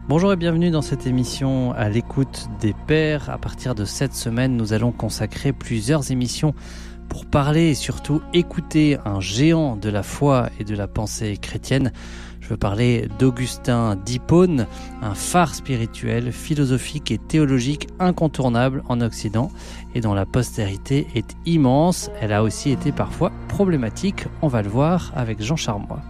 Bonjour et bienvenue dans cette émission à l'écoute des pères. À partir de cette semaine, nous allons consacrer plusieurs émissions pour parler et surtout écouter un géant de la foi et de la pensée chrétienne. Je veux parler d'Augustin d'Hippone, un phare spirituel, philosophique et théologique incontournable en Occident et dont la postérité est immense. Elle a aussi été parfois problématique, on va le voir avec Jean Charmois.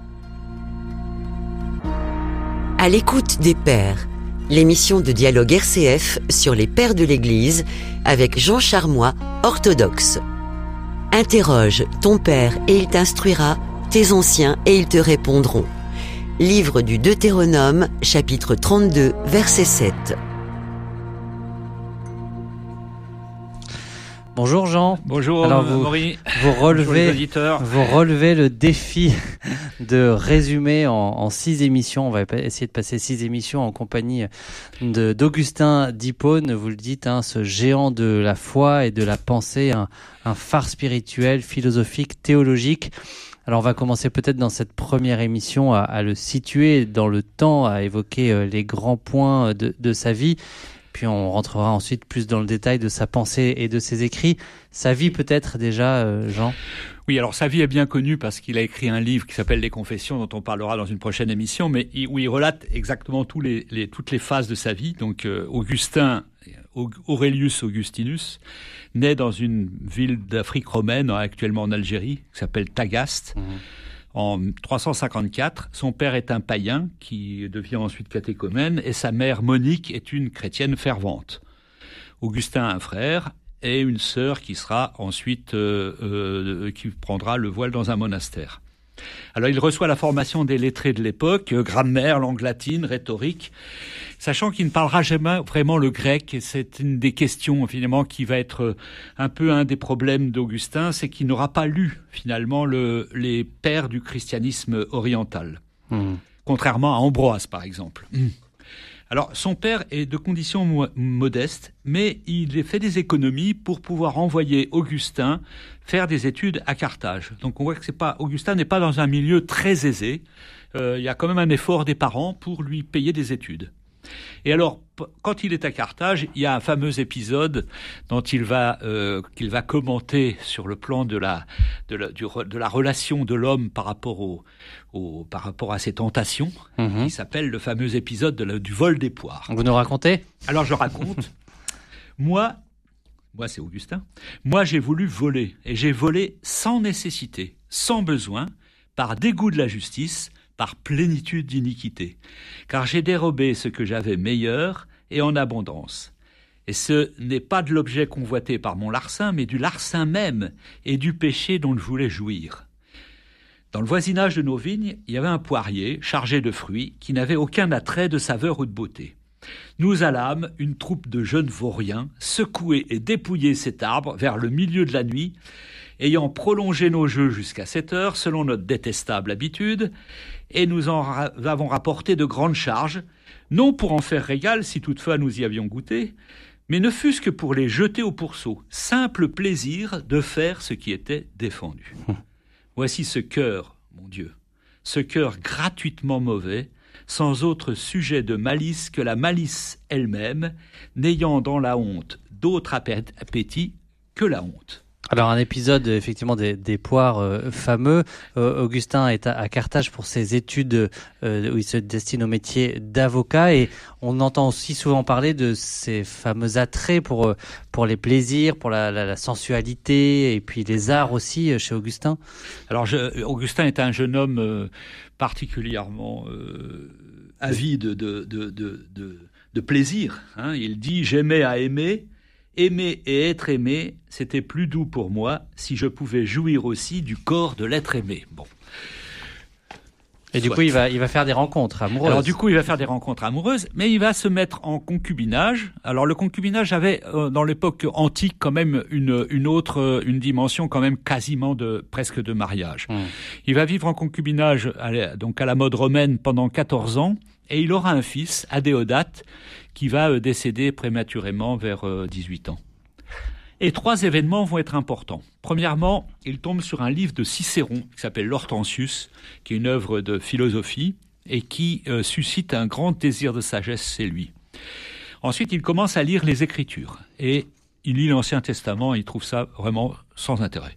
À l'écoute des pères, l'émission de dialogue RCF sur les pères de l'Église avec Jean Charmois, orthodoxe. Interroge ton père et il t'instruira, tes anciens et ils te répondront. Livre du Deutéronome, chapitre 32, verset 7. Bonjour Jean. Bonjour Maury. Vous relevez le défi de résumer en 6 émissions. On va essayer de passer 6 émissions en compagnie d'Augustin d'Hippone. Vous le dites, ce géant de la foi et de la pensée, un phare spirituel, philosophique, théologique. Alors on va commencer peut-être dans cette première émission à le situer dans le temps, à évoquer les grands points de sa vie. Puis on rentrera ensuite plus dans le détail de sa pensée et de ses écrits. Sa vie peut-être déjà, Jean ? Oui, alors sa vie est bien connue parce qu'il a écrit un livre qui s'appelle Les Confessions, dont on parlera dans une prochaine émission, mais où il relate exactement toutes les phases de sa vie. Donc Augustin, Aurelius Augustinus, naît dans une ville d'Afrique romaine, actuellement en Algérie, qui s'appelle Tagaste. En 354, son père est un païen qui devient ensuite catéchumène et sa mère Monique est une chrétienne fervente. Augustin a un frère et une sœur qui sera ensuite qui prendra le voile dans un monastère. Alors il reçoit la formation des lettrés de l'époque, grammaire, langue latine, rhétorique, sachant qu'il ne parlera jamais vraiment le grec. Et c'est une des questions finalement qui va être un peu un des problèmes d'Augustin, c'est qu'il n'aura pas lu finalement les pères du christianisme oriental, contrairement à Ambroise par exemple. Alors, son père est de condition modeste, mais il fait des économies pour pouvoir envoyer Augustin faire des études à Carthage. Donc, on voit que Augustin n'est pas dans un milieu très aisé. Il y a quand même un effort des parents pour lui payer des études. Et alors, quand il est à Carthage, il y a un fameux épisode dont qu'il va commenter sur le plan de la relation de l'homme par rapport à ses tentations, qui s'appelle le fameux épisode du vol des poires. Vous nous racontez ? Alors je raconte. Moi c'est Augustin. Moi j'ai voulu voler, et j'ai volé sans nécessité, sans besoin, par dégoût de la justice, par plénitude d'iniquité, car j'ai dérobé ce que j'avais meilleur et en abondance. Et ce n'est pas de l'objet convoité par mon larcin, mais du larcin même et du péché dont je voulais jouir. Dans le voisinage de nos vignes, il y avait un poirier chargé de fruits qui n'avait aucun attrait de saveur ou de beauté. Nous allâmes, une troupe de jeunes vauriens, secouer et dépouiller cet arbre vers le milieu de la nuit, ayant prolongé nos jeux jusqu'à 7 heures, selon notre détestable habitude, et nous en avons rapporté de grandes charges, non pour en faire régal si toutefois nous y avions goûté, mais ne fût-ce que pour les jeter au pourceau, simple plaisir de faire ce qui était défendu. Voici ce cœur, mon Dieu, ce cœur gratuitement mauvais, sans autre sujet de malice que la malice elle-même, n'ayant dans la honte d'autre appétit que la honte. Alors un épisode effectivement des poires fameux. Augustin est à Carthage pour ses études où il se destine au métier d'avocat, et on entend aussi souvent parler de ces fameux attraits pour les plaisirs, pour la sensualité et puis les arts aussi chez Augustin. Alors Augustin est un jeune homme particulièrement avide de plaisir. Il dit « J'aimais à aimer ». Aimer et être aimé, c'était plus doux pour moi si je pouvais jouir aussi du corps de l'être aimé. Bon. Et du coup, il va faire des rencontres amoureuses. Alors du coup, il va faire des rencontres amoureuses, mais il va se mettre en concubinage. Alors le concubinage avait, dans l'époque antique, quand même une dimension quand même quasiment presque de mariage. Il va vivre en concubinage, donc à la mode romaine, pendant 14 ans, et il aura un fils, Adéodate, qui va décéder prématurément vers 18 ans. Et 3 événements vont être importants. Premièrement, il tombe sur un livre de Cicéron qui s'appelle l'Hortensius, qui est une œuvre de philosophie, et qui suscite un grand désir de sagesse chez lui. Ensuite, il commence à lire les Écritures et il lit l'Ancien Testament, il trouve ça vraiment sans intérêt.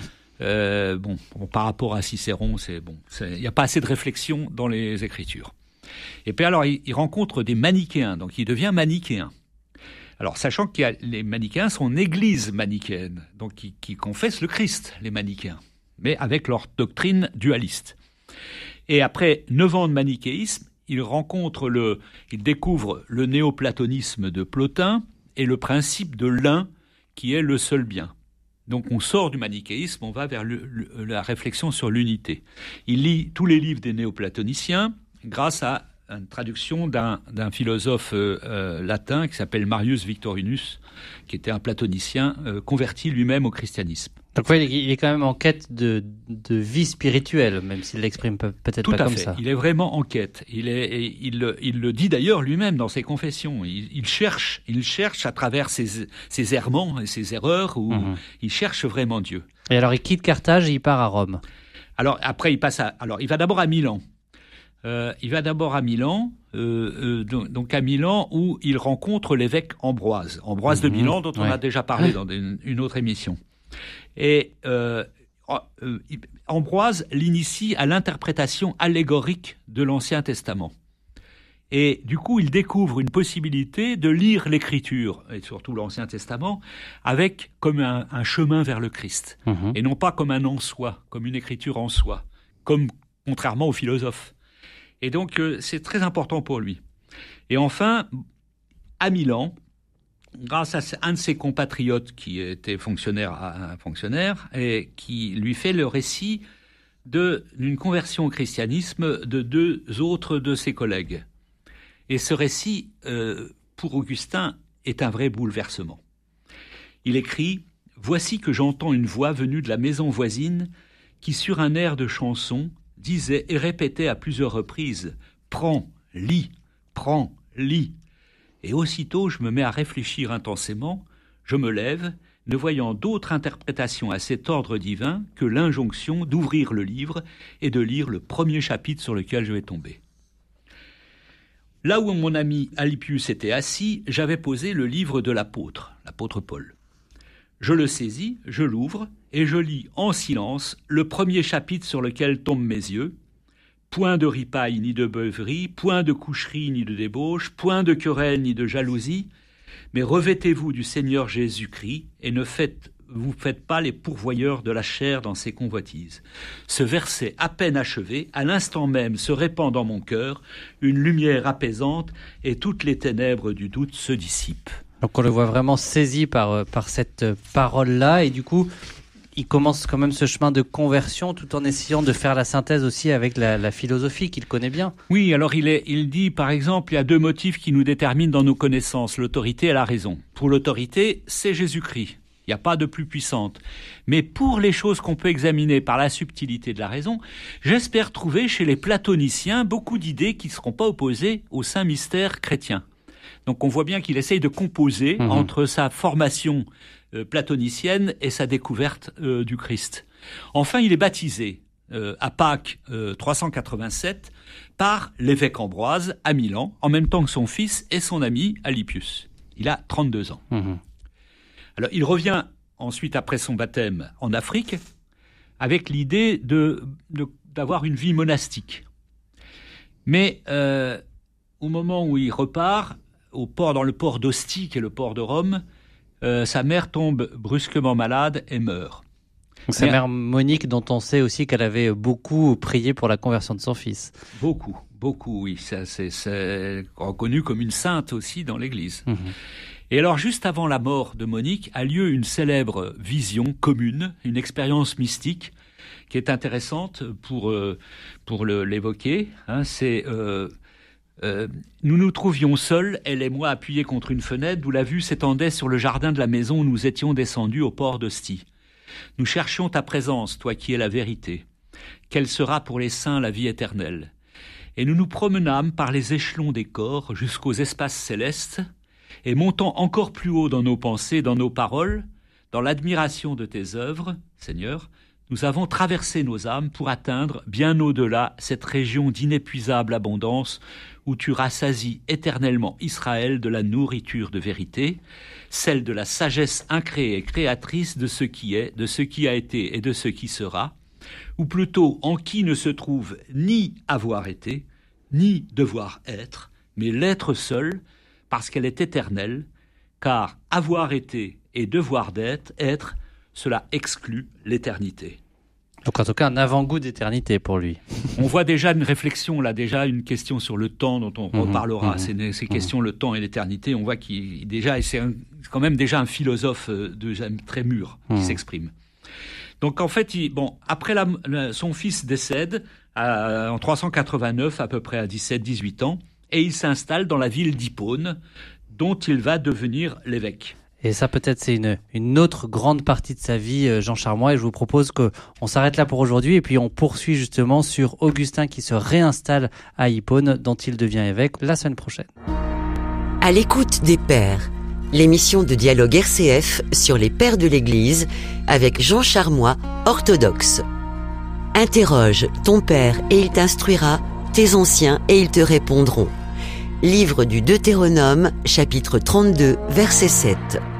Par rapport à Cicéron, il n'y a pas assez de réflexion dans les Écritures. Et puis alors, il rencontre des manichéens, donc il devient manichéen. Alors, sachant que les manichéens sont une église manichéenne, donc qui confessent le Christ, les manichéens, mais avec leur doctrine dualiste. Et après 9 ans de manichéisme, il découvre le néoplatonisme de Plotin et le principe de l'un qui est le seul bien. Donc on sort du manichéisme, on va vers la réflexion sur l'unité. Il lit tous les livres des néoplatoniciens grâce à une traduction d'un philosophe latin qui s'appelle Marius Victorinus, qui était un platonicien converti lui-même au christianisme. Donc il est quand même en quête de vie spirituelle, même s'il l'exprime peut-être pas comme ça. Tout à fait. Il est vraiment en quête. Il le dit d'ailleurs lui-même dans ses confessions. Il cherche à travers ses errements et ses erreurs, où il cherche vraiment Dieu. Et alors il quitte Carthage et il part à Rome. Alors après il va d'abord à Milan. Donc à Milan, où il rencontre l'évêque Ambroise de Milan, dont on a déjà parlé dans une autre émission. Et Ambroise l'initie à l'interprétation allégorique de l'Ancien Testament. Et du coup, il découvre une possibilité de lire l'Écriture, et surtout l'Ancien Testament, comme un chemin vers le Christ, et non pas comme un en soi, comme une écriture en soi, contrairement aux philosophes. Et donc, c'est très important pour lui. Et enfin, à Milan, grâce à un de ses compatriotes qui était fonctionnaire et qui lui fait le récit d'une conversion au christianisme de 2 autres de ses collègues. Et ce récit, pour Augustin, est un vrai bouleversement. Il écrit « Voici que j'entends une voix venue de la maison voisine qui, sur un air de chanson, disait et répétait à plusieurs reprises « Prends, lis, prends, lis ». Et aussitôt, je me mets à réfléchir intensément, je me lève, ne voyant d'autre interprétation à cet ordre divin que l'injonction d'ouvrir le livre et de lire le premier chapitre sur lequel je vais tomber. Là où mon ami Alypius était assis, j'avais posé le livre de l'apôtre Paul. Je le saisis, je l'ouvre et je lis en silence le premier chapitre sur lequel tombent mes yeux. Point de ripaille ni de beuverie, point de coucherie ni de débauche, point de querelle ni de jalousie, mais revêtez-vous du Seigneur Jésus-Christ et vous faites pas les pourvoyeurs de la chair dans ses convoitises. Ce verset à peine achevé, à l'instant même se répand dans mon cœur, une lumière apaisante et toutes les ténèbres du doute se dissipent. Donc on le voit vraiment saisi par cette parole-là, et du coup il commence quand même ce chemin de conversion tout en essayant de faire la synthèse aussi avec la philosophie qu'il connaît bien. Oui, alors il dit par exemple, il y a 2 motifs qui nous déterminent dans nos connaissances, l'autorité et la raison. Pour l'autorité, c'est Jésus-Christ. Il n'y a pas de plus puissante. Mais pour les choses qu'on peut examiner par la subtilité de la raison, j'espère trouver chez les platoniciens beaucoup d'idées qui ne seront pas opposées au saint mystère chrétien. Donc on voit bien qu'il essaye de composer entre sa formation platonicienne et sa découverte du Christ. Enfin, il est baptisé à Pâques 387 par l'évêque Ambroise à Milan, en même temps que son fils et son ami Alypius. Il a 32 ans. Alors, il revient ensuite, après son baptême, en Afrique, avec l'idée d'avoir une vie monastique. Mais au moment où il repart, dans le port d'Ostie, qui est le port de Rome, sa mère tombe brusquement malade et meurt. Sa mère Monique, dont on sait aussi qu'elle avait beaucoup prié pour la conversion de son fils. Beaucoup, oui. C'est reconnu comme une sainte aussi dans l'Église. Et alors, juste avant la mort de Monique, a lieu une célèbre vision commune, une expérience mystique qui est intéressante pour l'évoquer. Nous nous trouvions seuls, elle et moi appuyés contre une fenêtre d'où la vue s'étendait sur le jardin de la maison où nous étions descendus au port d'Ostie. Nous cherchions ta présence, toi qui es la vérité. Quelle sera pour les saints la vie éternelle? Et nous nous promenâmes par les échelons des corps jusqu'aux espaces célestes, et montant encore plus haut dans nos pensées, dans nos paroles, dans l'admiration de tes œuvres, Seigneur, nous avons traversé nos âmes pour atteindre bien au-delà cette région d'inépuisable abondance où tu rassasies éternellement Israël de la nourriture de vérité, celle de la sagesse incréée et créatrice de ce qui est, de ce qui a été et de ce qui sera, ou plutôt en qui ne se trouve ni avoir été, ni devoir être, mais l'être seul, parce qu'elle est éternelle, car avoir été et devoir être, cela exclut l'éternité. Donc en tout cas un avant-goût d'éternité pour lui. On voit déjà une réflexion, là déjà une question sur le temps dont on reparlera. Ces questions, le temps et l'éternité, on voit qu'il déjà, et c'est quand même déjà un philosophe très mûr qui s'exprime. Donc en fait, après son fils décède en 389, à peu près à 17-18 ans, et il s'installe dans la ville d'Hippone, dont il va devenir l'évêque. Et ça, peut-être, c'est une autre grande partie de sa vie, Jean Charmois. Et je vous propose qu'on s'arrête là pour aujourd'hui. Et puis, on poursuit justement sur Augustin qui se réinstalle à Hippone, dont il devient évêque la semaine prochaine. À l'écoute des Pères, l'émission de dialogue RCF sur les Pères de l'Église avec Jean Charmois, orthodoxe. Interroge ton Père et il t'instruira, tes anciens et ils te répondront. Livre du Deutéronome, chapitre 32, verset 7.